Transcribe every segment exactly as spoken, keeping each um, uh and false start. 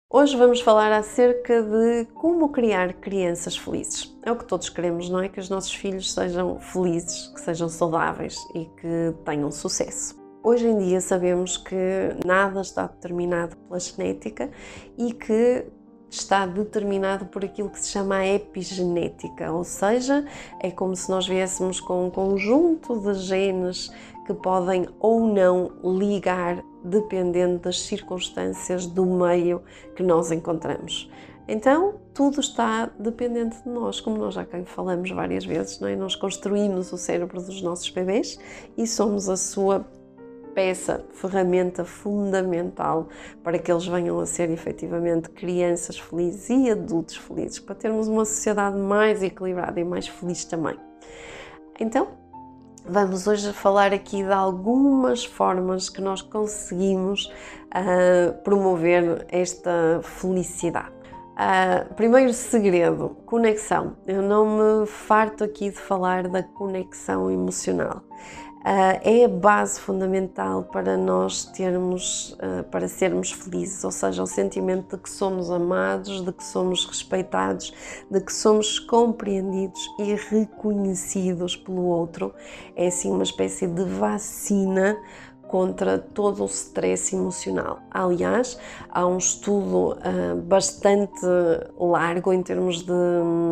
Hoje vamos falar acerca de como criar crianças felizes. É o que todos queremos, não é? Que os nossos filhos sejam felizes, que sejam saudáveis e que tenham sucesso. Hoje em dia sabemos que nada está determinado pela genética e que está determinado por aquilo que se chama a epigenética, ou seja, é como se nós viéssemos com um conjunto de genes que podem ou não ligar dependendo das circunstâncias do meio que nós encontramos. Então, tudo está dependente de nós, como nós já cá falamos várias vezes, não é? Nós construímos o cérebro dos nossos bebês e somos a sua peça, ferramenta fundamental para que eles venham a ser efetivamente crianças felizes e adultos felizes, para termos uma sociedade mais equilibrada e mais feliz também. Então, vamos hoje falar aqui de algumas formas que nós conseguimos uh, promover esta felicidade. Uh, primeiro segredo, conexão. Eu não me farto aqui de falar da conexão emocional. Uh, é a base fundamental para nós termos, uh, para sermos felizes, ou seja, o sentimento de que somos amados, de que somos respeitados, de que somos compreendidos e reconhecidos pelo outro. É assim uma espécie de vacina contra todo o stress emocional. Aliás, há um estudo uh, bastante largo em termos de,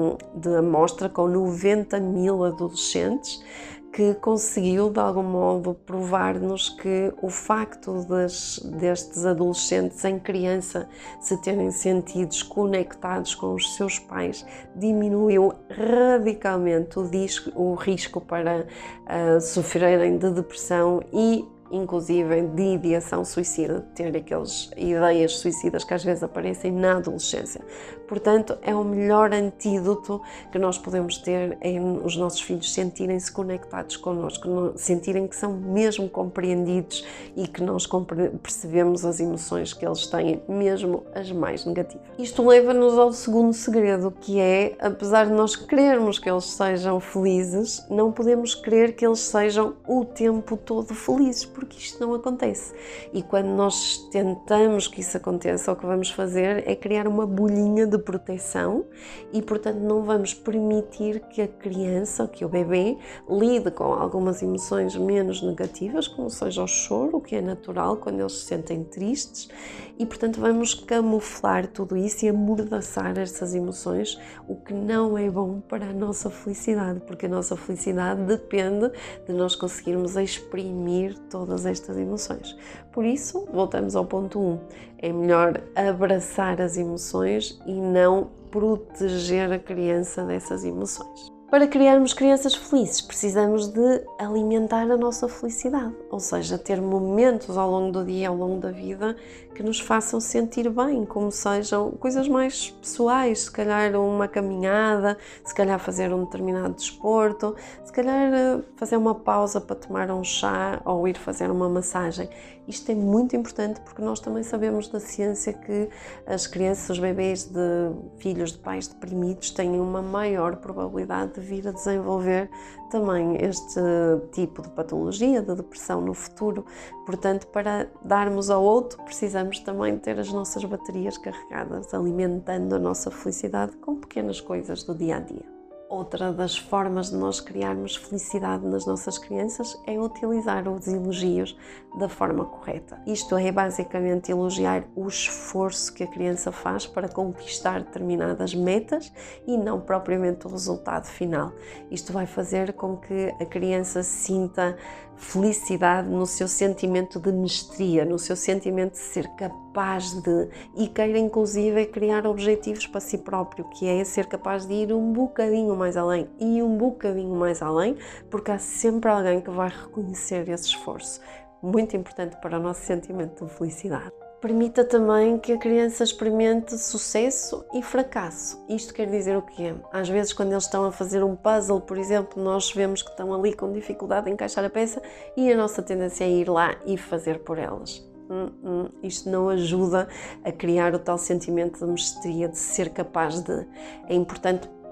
de amostra com noventa mil adolescentes que conseguiu, de algum modo, provar-nos que o facto das, destes adolescentes em criança se terem sentido conectados com os seus pais diminuiu radicalmente o, disco, o risco para uh, sofrerem de depressão e inclusive de ideação suicida, de ter aquelas ideias suicidas que às vezes aparecem na adolescência. Portanto, é o melhor antídoto que nós podemos ter em os nossos filhos sentirem-se conectados connosco, sentirem que são mesmo compreendidos e que nós percebemos as emoções que eles têm, mesmo as mais negativas. Isto leva-nos ao segundo segredo, que é, apesar de nós querermos que eles sejam felizes, não podemos querer que eles sejam o tempo todo felizes, porque isto não acontece. E quando nós tentamos que isso aconteça, o que vamos fazer é criar uma bolhinha de proteção e, portanto, não vamos permitir que a criança, ou que o bebê, lide com algumas emoções menos negativas, como seja o choro, o que é natural quando eles se sentem tristes, e, portanto, vamos camuflar tudo isso e amordaçar essas emoções, o que não é bom para a nossa felicidade, porque a nossa felicidade depende de nós conseguirmos exprimir todas estas emoções. Por isso, voltamos ao ponto um, é melhor abraçar as emoções e não proteger a criança dessas emoções. Para criarmos crianças felizes, precisamos de alimentar a nossa felicidade, ou seja, ter momentos ao longo do dia, ao longo da vida, que nos façam sentir bem, como sejam coisas mais pessoais, se calhar uma caminhada, se calhar fazer um determinado desporto, se calhar fazer uma pausa para tomar um chá ou ir fazer uma massagem. Isto é muito importante porque nós também sabemos da ciência que as crianças, os bebês de filhos de pais deprimidos têm uma maior probabilidade de vir a desenvolver também este tipo de patologia, de depressão no futuro. Portanto, para darmos ao outro, precisamos também ter as nossas baterias carregadas, alimentando a nossa felicidade com pequenas coisas do dia a dia. Outra das formas de nós criarmos felicidade nas nossas crianças é utilizar os elogios da forma correta. Isto é basicamente elogiar o esforço que a criança faz para conquistar determinadas metas e não propriamente o resultado final. Isto vai fazer com que a criança sinta felicidade no seu sentimento de mestria, no seu sentimento de ser capaz de, e queira inclusive criar objetivos para si próprio, que é ser capaz de ir um bocadinho mais além e um bocadinho mais além, porque há sempre alguém que vai reconhecer esse esforço. Muito importante para o nosso sentimento de felicidade. Permita também que a criança experimente sucesso e fracasso. Isto quer dizer o quê? Às vezes, quando eles estão a fazer um puzzle, por exemplo, nós vemos que estão ali com dificuldade em encaixar a peça e a nossa tendência é ir lá e fazer por elas. Hum, hum, isto não ajuda a criar o tal sentimento de mestria, de ser capaz de. É importante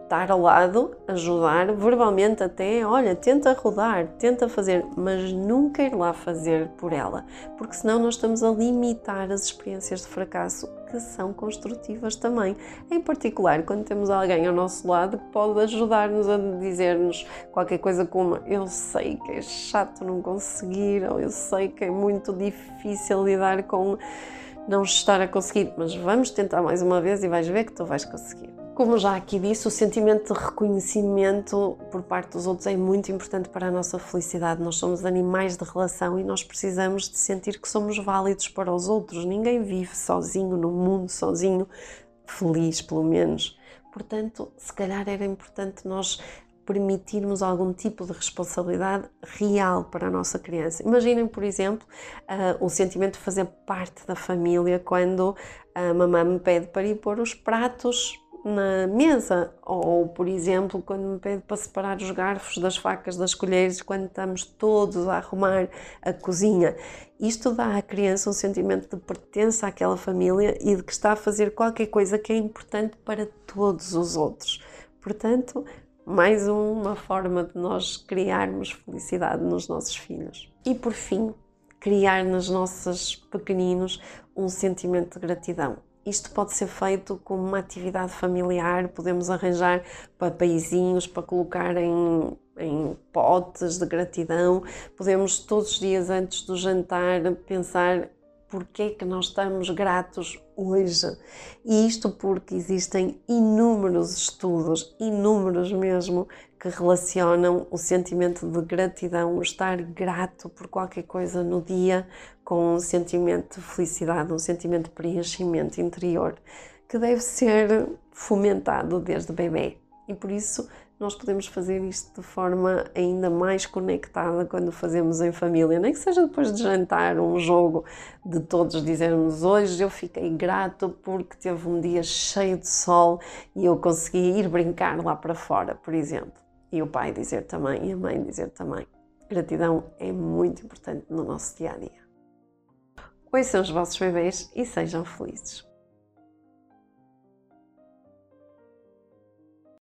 estar ao lado, ajudar, verbalmente até, olha, tenta rodar, tenta fazer, mas nunca ir lá fazer por ela, porque senão nós estamos a limitar as experiências de fracasso que são construtivas também, em particular quando temos alguém ao nosso lado que pode ajudar-nos a dizer-nos qualquer coisa como eu sei que é chato não conseguir, ou eu sei que é muito difícil lidar com não estar a conseguir, mas vamos tentar mais uma vez e vais ver que tu vais conseguir. Como já aqui disse, o sentimento de reconhecimento por parte dos outros é muito importante para a nossa felicidade. Nós somos animais de relação e nós precisamos de sentir que somos válidos para os outros. Ninguém vive sozinho no mundo, sozinho, feliz pelo menos. Portanto, se calhar era importante nós permitirmos algum tipo de responsabilidade real para a nossa criança. Imaginem, por exemplo, uh, o sentimento de fazer parte da família quando a mamãe me pede para ir pôr os pratos na mesa, ou, por exemplo, quando me pede para separar os garfos das facas das colheres, quando estamos todos a arrumar a cozinha. Isto dá à criança um sentimento de pertença àquela família e de que está a fazer qualquer coisa que é importante para todos os outros. Portanto, mais uma forma de nós criarmos felicidade nos nossos filhos. E, por fim, criar nos nossos pequeninos um sentimento de gratidão. Isto pode ser feito como uma atividade familiar, podemos arranjar papeizinhos para colocar em, em potes de gratidão, podemos todos os dias antes do jantar pensar porque é que nós estamos gratos hoje. E isto porque existem inúmeros estudos, inúmeros mesmo, que relacionam o sentimento de gratidão, o estar grato por qualquer coisa no dia, com um sentimento de felicidade, um sentimento de preenchimento interior, que deve ser fomentado desde bebê. E por isso nós podemos fazer isto de forma ainda mais conectada quando fazemos em família, nem que seja depois de jantar, um jogo de todos dizermos hoje eu fiquei grato porque teve um dia cheio de sol e eu consegui ir brincar lá para fora, por exemplo. E o pai dizer também e a mãe dizer também. Gratidão é muito importante no nosso dia a dia. Ouçam os vossos bebês e sejam felizes.